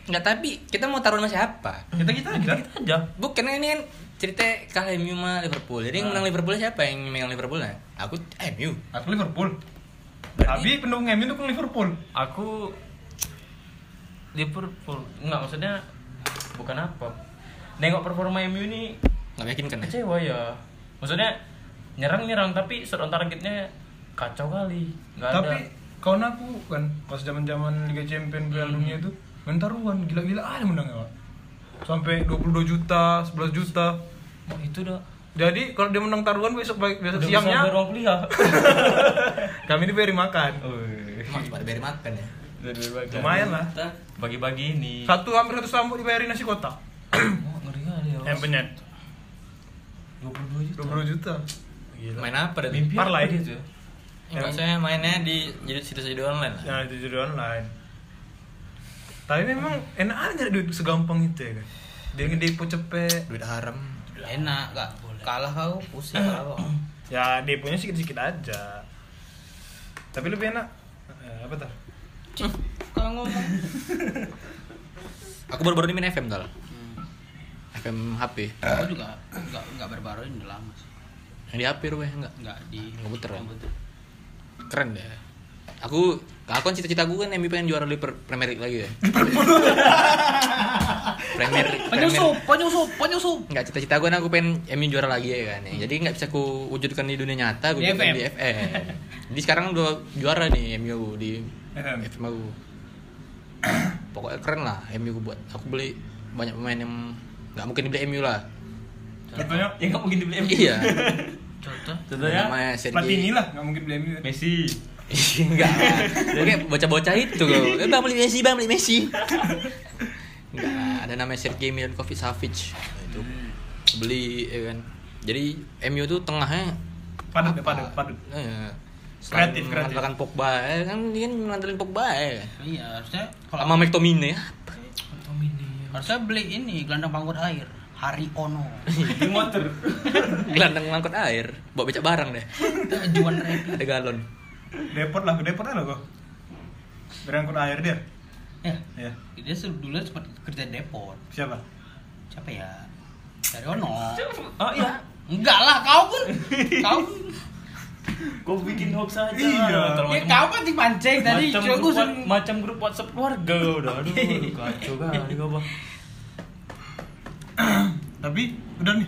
Enggak, tapi kita mau taruhan sama siapa? Kita kita aja. Kita aja. Bukan ini kan cerita kalah M U sama Liverpool. Jadi yang menang Liverpool siapa yang megang Liverpool? Nah, aku M U. Aku Liverpool. Berarti- Abi pendukung M U dukung Liverpool. Aku Liverpool. Enggak, maksudnya bukan apa. Nengok performa M U ini Enggak meyakinkan. Ya? kecewa ya. Maksudnya nyerang-nyerang tapi shot on targetnya kacau kali. Enggak ada. Tapi kawan aku kan pas zaman-zaman Liga Champions Piala Dunia itu main taruhan gila-gila ada menangnya, Pak. Sampai dua puluh dua juta, sebelas juta. Oh, itu dah. Jadi kalau dia menang taruhan besok besok Udah siangnya bisa beruang kuliah. kami diberi makan. Emang pada bayar makan ya. Lumayan lah. Bagi-bagi ini. Satu hampir satu sambut dibayarin nasi kotak. Oh, ngeri kali ya. Yang penyet dua puluh dua juta. dua puluh juta. Main apa dah? Mimpi Parlay. apa dia tuh? Enggak, saya mainnya di jadi situs judi online lah. Nah, itu jadi online. Tapi memang enak aja nyari duit segampang itu ya kan. Dia ngedepo cepet. Duit haram. Enak, enggak kalah kau pusing kalah kau. Ya deponya sedikit-sedikit aja. Tapi lebih enak. Eh, apa tuh? Kau ngomong. Aku baru-baru ini main F M tal. F M H P. Aku juga enggak enggak berbaru udah lama sih. Yang di H P rupanya enggak. Enggak di Komputer ya? komputer. Keren deh. Aku, aku kan cita-cita aku kan M U pengen juara Liverpool Premier League lagi ya. Premier Penyusup, penyusup, penyusup. Enggak, cita-cita gue kan aku pengen M U juara lagi ya kan. Jadi enggak bisa aku wujudkan di dunia nyata, gue Di wujudkan F M. di F M. Jadi sekarang udah juara nih M U di F M. F M aku. Pokoknya keren lah M U buat. Aku beli banyak pemain yang enggak mungkin dibeli M U lah. Contohnya Ya nggak mungkin dibeli M U. Iya. Contoh. Contohnya Namanya Sergei. Platini lah, nggak mungkin beli M U. Messi. Enggak. Oke, bocah-bocah itu loh. Eh, bang beli Messi, bang beli Messi. Enggak, ada namanya Sergei Milinkovic Savic. Nah, itu beli ya kan. Jadi M U tuh tengahnya Padat, ya, apa? padat, padat. Eh, selain Kreatif, kreatif. mengandalkan Pogba, ya kan dia kan mengandalkan Pogba ya. Iya, harusnya Sama McTominay ya. harusnya beli ini gelandang panggut air, Hari Ono. Di motor. Gelandang ngangkut air, bawa becak barang deh. Juan Repi. Ada galon. Depot lah, ke depot lah kok. Berangkut air dia. Ya. Ya. Dia se- dulu sempat kerja di depot. Siapa? Siapa ya? Hari Ono. Oh iya. Enggak lah, kau pun. Kau pun. Kau bikin hoax aja. Iya. Ya, kau kan dipancing tadi. Macam Cuma grup, gua what- sen- macam grup WhatsApp keluarga udah. Aduh, kacau kali kau, Bang. Tapi udah nih.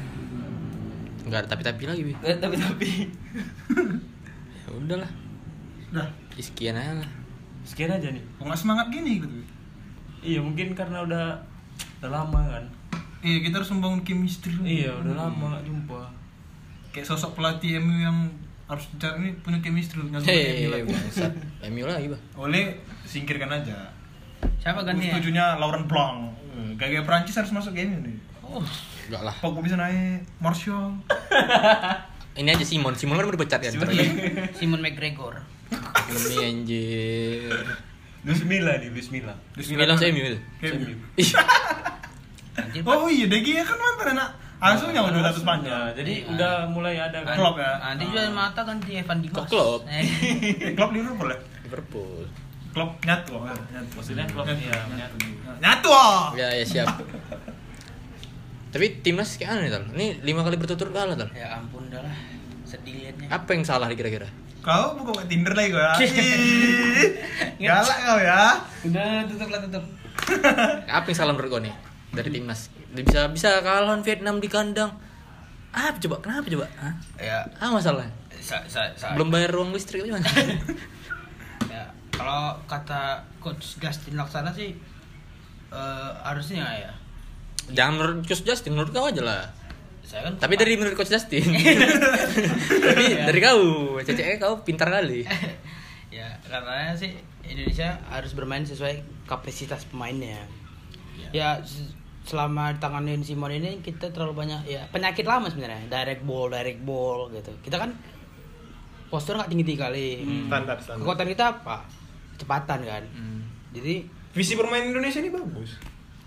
Enggak ada tapi-tapi lagi, Bi. Eh, tapi tapi Ya udahlah. Udah. Sekian aja lah. sekian aja nih. Kok nggak semangat gini gitu? Iya, mungkin karena udah udah lama kan. Iya, kita harus membangun chemistry. Iya, udah lama gak jumpa. Kayak sosok pelatih M U yang harus dicari ini punya chemistry nyatu Hei, M U lagi. bangsat. M U lagi, Bang. Oleh singkirkan aja. Siapa ganti ya? Setujunya Laurent Blanc. Kayak Prancis harus masuk M U nih. Oh, Enggak lah. Pogba bisa naik, Martial. Ini aja Simon, Simon kan udah pecat kan. Simon McGregor. Ini anjir. Luis Milla nih, Luis Milla. Milan M U itu. Kayak M U. Ih, Anjir, Oh iya, De Gea kan mantan anak asuhnya udah dua ratus panjang. Ya, jadi Iya. udah mulai ada kan. Klopp ya. Nanti juga mata ganti Evan Dimas. Kok Klopp? Eh, Klopp di Liverpool ya? Liverpool. Klopp nyatu. oh, nyatu. Maksudnya Klopp Nyatu, ya, nyatu. nyatu. Nyatu. oh. Ya, ya siap. Tapi timnas kayak aneh tal. Ini lima kali berturut-turut kalah tal. ya ampun dah lah. Sedih liatnya. Apa yang salah kira-kira? Kau buka buka Tinder lagi kau ya? Ih, galak kau ya. Udah tutup lah tutup. Apa yang salah menurut kau nih dari timnas? Bisa bisa kalah lawan Vietnam di kandang. Apa coba? Kenapa coba? Hah? Ya, Ah masalah. sa, sa, sa, Belum bayar ruang listrik gimana? ya kalau kata coach Justin Laksana sih eh, harusnya ya. Jangan menurut Coach Justin, menurut kau aja lah. Saya kan Tapi dari menurut Coach Justin. Tapi dari kau, cece kau pintar kali. ya katanya sih Indonesia harus bermain sesuai kapasitas pemainnya. Ya se- selama ditanganin Simon ini kita terlalu banyak ya penyakit lama sebenarnya, direct ball, direct ball gitu. Kita kan postur nggak tinggi tinggi kali. Standar standar. Kekuatan kita apa? Kecepatan kan. Hmm. Jadi Visi bermain Indonesia ini bagus.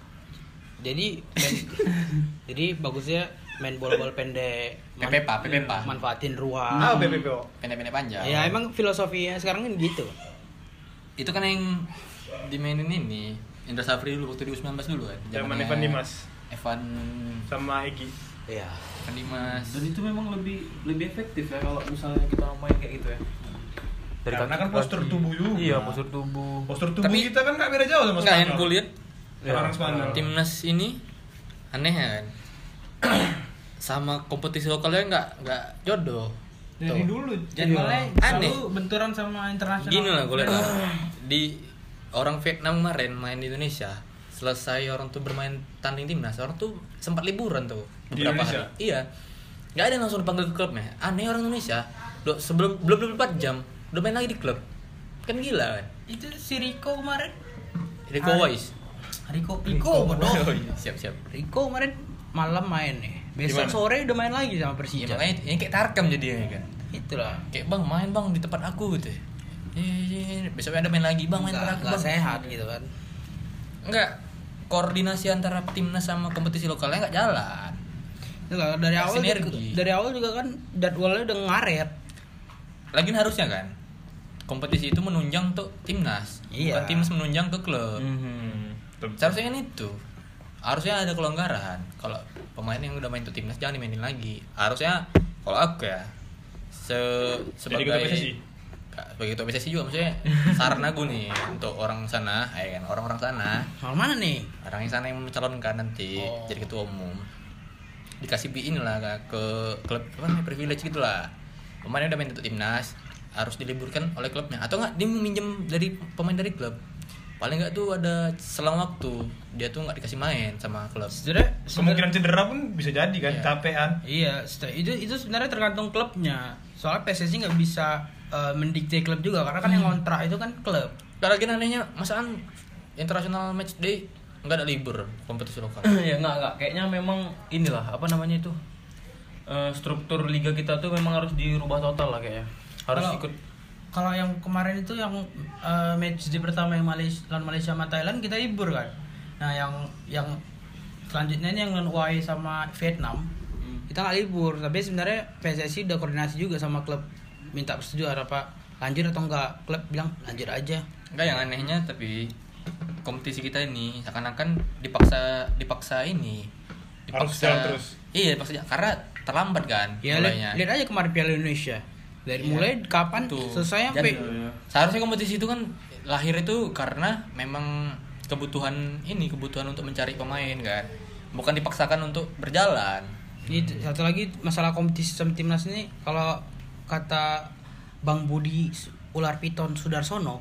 jadi main- jadi bagusnya main bola-bola pendek, P P P A, P P P A. manfaatin ruang. Ah, B P P O. Pendek-pendek panjang. Ya emang filosofinya sekarang kan gitu. Itu kan yang dimainin ini Indra Safri dulu waktu di U sembilan belas dulu kan. Zaman Zamannya Evan Dimas Evan sama Egi. Iya. Evan Dimas. Dan itu memang lebih lebih efektif ya kalau misalnya kita main kayak gitu ya. Karena kan postur tubuh juga. Iya, postur tubuh. Postur tubuh Tapi- kita kan nggak beda jauh sama Enggak yang Spanyol. kulihat Orang Spanyol. timnas ini aneh ya kan. Sama kompetisi lokalnya nggak nggak jodoh. Dari Tuh. dulu jadwalnya Aneh. selalu benturan sama internasional. Gini lah gue lihat di orang Vietnam kemarin main di Indonesia, selesai orang tuh bermain tanding timnas, orang tuh sempat liburan tuh Di beberapa Indonesia? hari. Iya, nggak ada yang langsung dipanggil ke klubnya. Aneh orang Indonesia, do, sebelum belum dua puluh empat jam udah main lagi di klub, kan gila kan? Itu si Rico kemarin. Rico Hari- Wise. Rico, Rico, bodoh. Oh, iya, siap siap. Rico kemarin malam main nih. Besok Gimana? sore udah main lagi sama Ya, Persija. makanya ini kayak tarkam jadinya kan. Itulah. Kayak bang main bang di tempat aku gitu. Eh, besoknya ada main lagi bang main Nggak- tempat aku nggak bang. sehat gitu kan. Enggak, koordinasi antara timnas sama kompetisi lokalnya nggak jalan. Itu lah, dari awal Sinergi. juga, dari awal juga kan jadwalnya udah ngaret. Lagian harusnya kan kompetisi itu menunjang untuk timnas, Iya. bukan timnas menunjang ke klub. Hmm. Betul. Seharusnya kan itu. Harusnya ada kelonggaran. Kalau pemain yang udah main untuk timnas jangan dimainin lagi. Harusnya kalau aku ya se Jadi sebagai ketua P S S I? Nggak, sebagai ketua P S S I juga maksudnya saran aku nih untuk orang sana, ya kan orang-orang sana, Soal mana nih? orang yang sana yang mencalonkan nanti Oh. jadi ketua umum dikasih bi inilah ke klub apa namanya privilege gitulah. Pemainnya udah main untuk timnas harus diliburkan oleh klubnya atau enggak dia minjem dari pemain dari klub. Paling enggak tuh ada selang waktu dia tuh enggak dikasih main sama klub. Sebenarnya Kemungkinan cedera pun bisa jadi kan, Iya. capean. Iya, seta- itu itu sebenarnya tergantung klubnya. Soalnya P S S I nggak bisa eh, mendikte klub juga karena kan yang kontrak itu kan klub. Karena lagi anehnya masaan international match day enggak ada libur kompetisi lokal. Ya enggak enggak kayaknya memang inilah apa namanya itu Eh, struktur liga kita tuh memang harus dirubah total lah kayaknya harus Kalau- ikut Kalau yang kemarin itu yang eh, match di pertama yang Malaysia lawan Malaysia sama Thailand kita libur kan. Nah, yang yang selanjutnya ini yang lawan U A E sama Vietnam. Kita nggak libur, tapi sebenarnya P S S I udah koordinasi juga sama klub minta persetujuan apa lanjut atau enggak. Klub bilang lanjut aja. Enggak, yang anehnya tapi kompetisi kita ini seakan-akan dipaksa dipaksa ini Harus jalan terus. Iya dipaksa jalan, karena terlambat kan Ya mulainya. lihat, lihat aja kemarin Piala Indonesia. Dari Iya. mulai kapan Tuh. selesai sampai Jadi, seharusnya kompetisi itu kan lahir itu karena memang kebutuhan ini kebutuhan untuk mencari pemain kan, bukan dipaksakan untuk berjalan. ini satu lagi masalah kompetisi sama timnas ini kalau kata Bang Budi Ular Piton Sudarsono.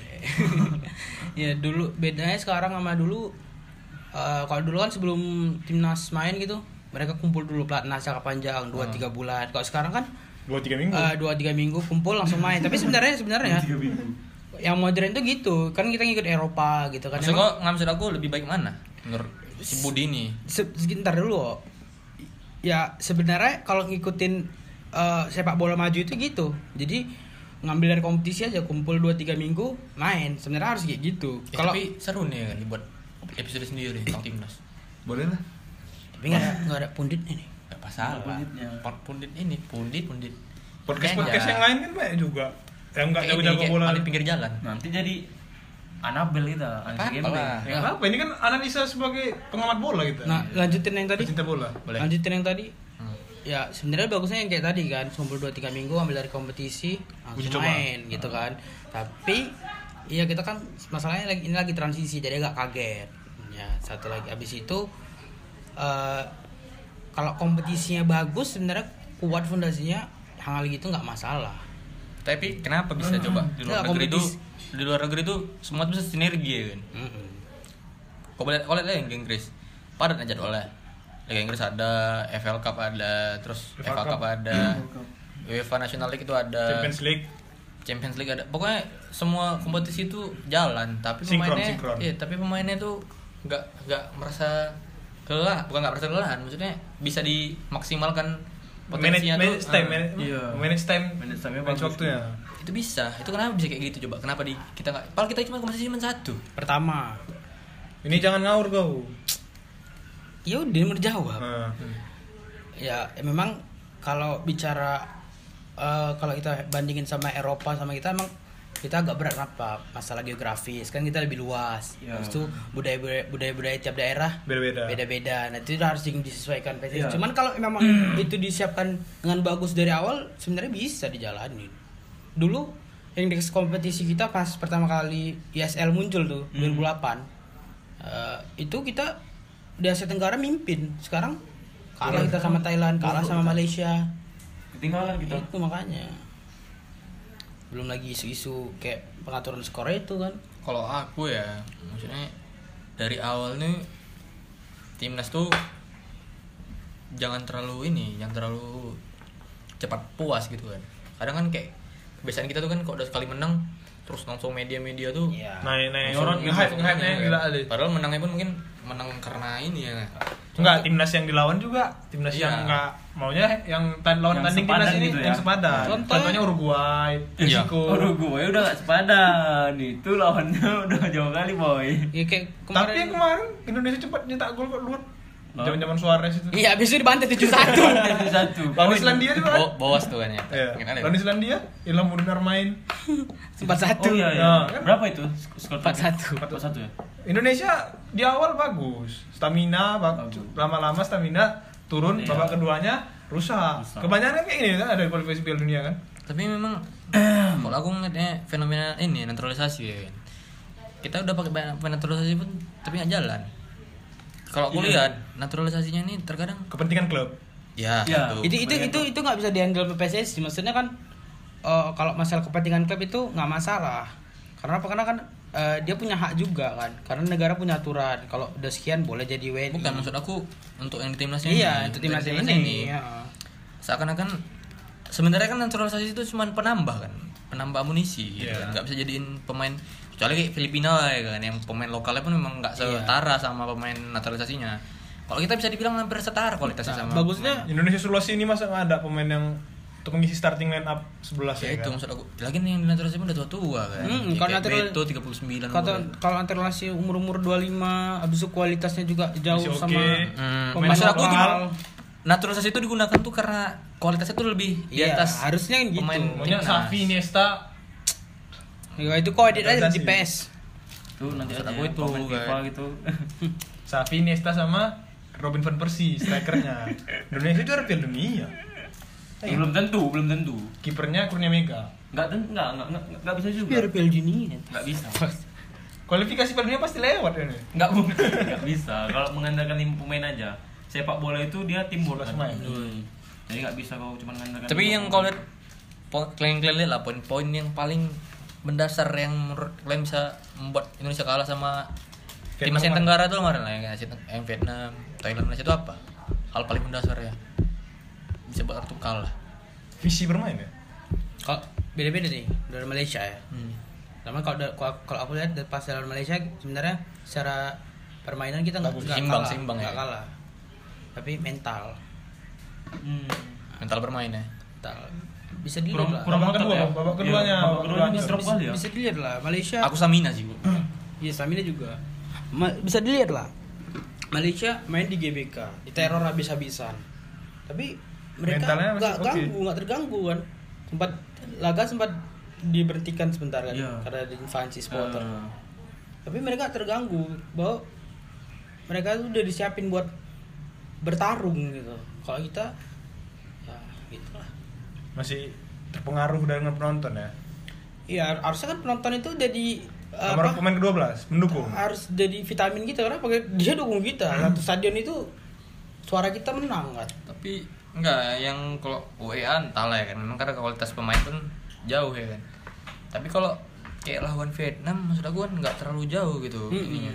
Ya dulu bedanya sekarang sama dulu eh, kalau dulu kan sebelum timnas main gitu mereka kumpul dulu pelatnas jangka panjang dua tiga bulan. Kalau sekarang kan Dua tiga minggu. eh, dua tiga minggu kumpul langsung main. Tapi sebenarnya sebenarnya yang modern tuh gitu kan kita ngikut Eropa gitu kan. Maksud Emang- kok nggak maksud aku lebih baik mana menurut si Budi ini? Se- sebentar dulu oh. Ya sebenarnya kalau ngikutin eh, sepak bola maju itu gitu jadi ngambil dari kompetisi aja kumpul dua tiga minggu main sebenarnya harus kayak gitu. Ya, Kalau tapi seru nih kan dibuat episode sendiri tentang timnas. Boleh lah. tapi nggak ada nggak ada punditnya nih. Gak masalah. Punditnya. Pundit, pundit ini, pundit, pundit. Podcast Makanya, podcast yang lain kan banyak juga. Yang nggak kayak ini, jago-jago kayak bola. paling pinggir jalan. nanti jadi Anabel kita Apa Ansi lah. Gembeng. Ya apa? Ini kan analisa sebagai pengamat bola kita. Nah lanjutin yang tadi Pecinta bola. Boleh. lanjutin yang tadi Hmm. ya sebenarnya bagusnya yang kayak tadi kan kumpul dua tiga minggu ambil dari kompetisi Uji langsung coba. main gitu kan. Tapi iya kita kan masalahnya lagi ini lagi transisi jadi agak kaget. Ya satu lagi abis itu eh kalau kompetisinya bagus sebenarnya kuat fondasinya hal gitu nggak masalah. Tapi kenapa bisa coba di luar Nggak, negeri itu kompetisi. di luar negeri itu semua tuh bisa sinergi ya kan? Mm-mm. Kau boleh boleh lah yang di Inggris padat aja jadwalnya. Liga Inggris ada, F L Cup ada, terus F A F A Cup Cup. ada, UEFA National League itu ada, Champions League. Champions League ada. Pokoknya semua kompetisi itu jalan, tapi Sinkron, pemainnya, sinkron. iya, tapi pemainnya tuh nggak nggak merasa kelah, bukan nggak merasa kelelahan, maksudnya bisa dimaksimalkan Manage, potensinya tuh. manage time, ah, manage, iya. manage time, Manage time-nya manage bagus. waktunya. itu bisa. Itu kenapa bisa kayak gitu coba? Kenapa di kita nggak? Padahal kita cuma kompetisi cuma satu. Pertama Ini jangan ngawur kau. ya udah mau dijawab. Nah, Ya memang kalau bicara eh, kalau kita bandingin sama Eropa sama kita emang kita agak berat apa masalah geografis kan kita lebih luas. Ya. Terus tuh budaya budaya budaya tiap daerah Beda-beda. beda-beda. Nah itu harus disesuaikan P S S I. Ya. Cuman kalau memang itu disiapkan dengan bagus dari awal sebenarnya bisa dijalanin. Dulu indeks kompetisi kita pas pertama kali I S L muncul tuh dua ribu delapan uh, itu kita di Asia Tenggara mimpin. Sekarang kalah kita sama Thailand, kalah sama Malaysia. Ketinggalan kita. Itu makanya. Belum lagi isu-isu kayak pengaturan skor itu kan. Kalau aku ya, maksudnya dari awal nih timnas tuh jangan terlalu ini, jangan terlalu cepat puas gitu kan. Kadang kan kayak kebiasaan kita tuh kan kalau udah sekali menang terus langsung media-media tuh Iya. Naik-naik. Nyorot gitu. Hype, hype-nya gila ada. Padahal menangnya pun mungkin menang karena ini ya. Enggak, timnas yang dilawan juga timnas Iya. yang enggak maunya yang tan- lawan Yang tanding sepadan timnas ini gitu ya? yang sepadan. Contoh- Contohnya Uruguay, Iya. Meksiko. Uruguay udah gak sepadan. Itu lawannya udah jauh kali boy. Ya kayak Tapi yang kemarin. kemarin Indonesia cepat nyetak gol kok luar. Oh. Zaman-zaman Suarez itu. Iya, habis itu dibantai tujuh satu. Satu satu. Lawan Islandia juga kan? Bo- Boas tuh kan ya. Iya. Mungkin ada ya? Lawan Islandia, Ilham Munar main. empat satu. Oh iya iya. Ya, kan? Berapa itu? Skor empat satu. empat satu ya. Indonesia di awal bagus, stamina bag- Bagus. lama-lama stamina turun, Iya. babak keduanya rusak. Rusak. Kebanyakan kayak gini kan ada kualifikasi Piala Dunia kan. Tapi memang kalau aku ngeliatnya fenomena ini naturalisasi ya kan. Kita udah pakai banyak naturalisasi pun tapi nggak jalan. Kalau aku Iya. lihat naturalisasinya ini terkadang Kepentingan klub. ya Iya. itu. Itu itu itu itu nggak bisa dihandle P S S I. Maksudnya kan eh, kalau masalah kepentingan klub itu nggak masalah. Karena apa? Karena kan eh, dia punya hak juga kan. Karena negara punya aturan. Kalau udah sekian boleh jadi W N I. Bukan maksud aku untuk yang di timnas ini. Iya, itu timnas Untuk ini. Iya. Seakan-akan sebenarnya kan naturalisasi itu cuma penambah kan, penambah amunisi gitu Iya. kan. Nggak bisa jadiin pemain kecuali kayak Filipina lah ya kan, yang pemain lokalnya pun memang nggak Iya. setara sama pemain naturalisasinya. Kalau kita bisa dibilang hampir setara kualitasnya Nah, sama. bagusnya Indonesia Sulawesi ini masa nggak ada pemain yang untuk mengisi starting line up sebelas ya ya, itu kan? maksud aku. Lagi nih yang di naturalisasi pun udah tua-tua kan. Hmm, Kayak kalau natural- Beto tiga puluh sembilan kata umurnya. kalau naturalisasi umur-umur dua puluh lima habis itu kualitasnya juga jauh Masih oke. sama Hmm, pemain maksud aku lokal. gini, naturalisasi itu digunakan tuh karena kualitasnya tuh lebih di Iya, atas harusnya kan gitu. pemain Maunya timnas. Xavi, Iniesta, Ya, itu kok edit aja di Naturalisasi. P S. Tuh nanti Maksud ada aku itu, pemain FIFA kan. gitu. Xavi, Iniesta sama Robin van Persie strikernya. Indonesia juara Piala Dunia. Belum tentu, belum tentu. Kipernya Kurnia Mega. Enggak tentu, enggak enggak enggak, enggak bisa juga. Biar Piala Dunia. Enggak bisa. Kualifikasi Piala Dunia pasti lewat ini. Enggak mungkin, enggak bisa. Kalau mengandalkan lima pemain aja. Sepak bola itu dia timur Sebelas kan. pemain. Hmm. Jadi enggak bisa kalau cuma mengandalkan. Tapi lima yang pemain. kau lihat po- kalian-kalian lihat lah poin-poin yang paling mendasar yang menurut kalian bisa membuat Indonesia kalah sama tim Vietnam Asia kan? Tenggara tuh kemarin lah yang, Asia Teng- yang Vietnam, Thailand, Malaysia itu apa? Hal paling mendasar ya bisa buat untuk kalah. Visi bermain ya. Kalau beda-beda nih dari Malaysia ya. Hmm. Karena kalau da- kalau kalau aku lihat dari pas lawan Malaysia sebenarnya secara permainan kita nggak Bagus, nggak seimbang, kalah, seimbang nggak ya. kalah. Tapi mental, Hmm. Mental bermain ya. mental bisa dilihat Kurang lah. kurang Babak mantap kedua, ya. babak Iya, keduanya, babak babak keduanya keduanya. drop bisa, kali ya. bisa dilihat lah Malaysia. Aku Samina sih, Bu. Iya, Stamina juga. Ma- bisa dilihat lah. Malaysia main di G B K, diteror habis-habisan. Tapi mereka Mentalnya masih nggak oke. ganggu, nggak terganggu kan. Sempat laga sempat diberhentikan sebentar kan Iya. karena ada invasi supporter. Eh, Tapi mereka terganggu bahwa mereka tuh udah disiapin buat bertarung gitu. Kalau kita ya gitulah. Masih terpengaruh dengan penonton ya. Iya, harusnya kan penonton itu jadi Nomor apa? pemain kedua belas mendukung. Harus jadi vitamin kita karena pakai dia dukung kita. Satu stadion itu suara kita menang kan. Tapi enggak, yang kalau U E A entah lah ya kan. Memang karena kualitas pemain pun jauh ya kan. Tapi kalau kayak lawan Vietnam maksud aku kan enggak terlalu jauh gitu Mm-mm. ininya.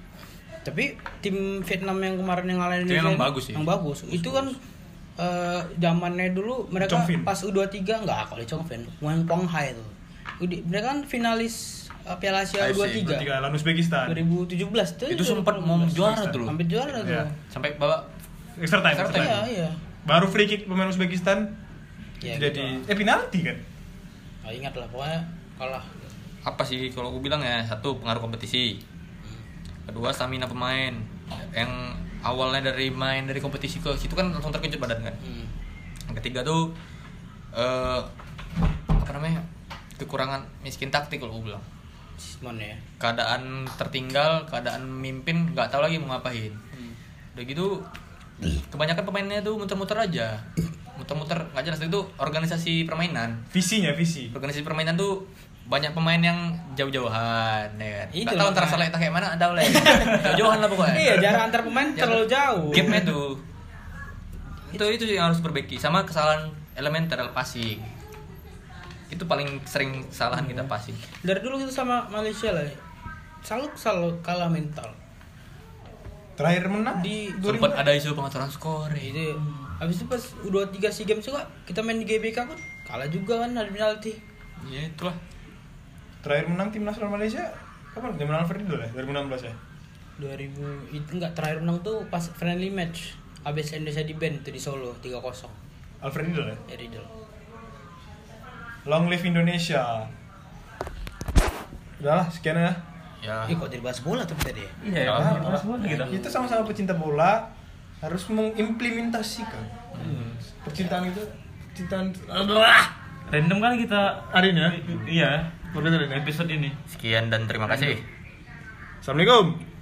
Tapi tim Vietnam yang kemarin yang ngalahin Itu Indonesia emang bagus sih. Yang bagus. Itu kan eh, zamannya dulu mereka Chong Vin. pas U dua puluh tiga enggak kalau Chong Vin, Wang Pong Hai itu. Udi- Mereka kan finalis eh, Piala Asia U dua puluh tiga Tiga lawan Uzbekistan. dua ribu tujuh belas tuh. Itu sempat mau juara tuh loh. Sampai juara tuh. Iya. Sampai babak Extra time. Extra extra time. Iya, time. iya. Baru free kick pemain Uzbekistan. Ya, jadi gitu. eh penalti kan. Nah, ingat lah pokoknya kalah. apa sih kalau aku bilang ya, satu pengaruh kompetisi, kedua stamina pemain yang awalnya dari main dari kompetisi ke situ kan langsung terkejut badan kan. Hmm. Yang ketiga tuh eh apa namanya, Itu kurangan miskin taktik kalau gue bilang. Simon ya. Keadaan tertinggal, keadaan mimpin, nggak tahu lagi mau ngapain. Udah gitu, kebanyakan pemainnya tuh muter-muter aja, muter-muter nggak jelas. Itu organisasi permainan. Visinya, visi. Organisasi permainan tuh banyak pemain yang jauh-jauhan, ya kan. Itu Nggak tahu antara makanya. Saleh kayak mana, ada oleh jauh-jauhan lah pokoknya. Iya, jarak antar pemain terlalu jauh. Gapnya tuh, itu itu sih yang harus perbaiki. Sama kesalahan elementer passing. Itu paling sering kesalahan kita passing. Dari dulu kita sama Malaysia lah. Selalu selalu kalah mental. Terakhir menang Di Sempat ada isu pengaturan skor. itu habis itu pas U dua puluh tiga SEA Games juga kita main di G B K kan kalah juga kan ada penalti. Ya itulah. terakhir menang tim nasional Malaysia kapan? Dia menang Alfredo lah, dua ribu enam belas ya. dua ribu itu enggak terakhir menang tuh pas friendly match. Habis Indonesia di ban itu di Solo tiga kosong. Alfredo ya. Ya Riddle. Long live Indonesia. Udahlah, sekian ya. Ya. Ih kok jadi bahas bola tapi tadi ya? Iya, Ya, bahas- apa? bahas bola kita. Kita sama-sama pecinta bola harus mengimplementasikan percintaan itu, percintaan. Random kali kita Hari ini ya. iya, Podcast hari ini. episode ini. Sekian dan terima kasih. Assalamualaikum.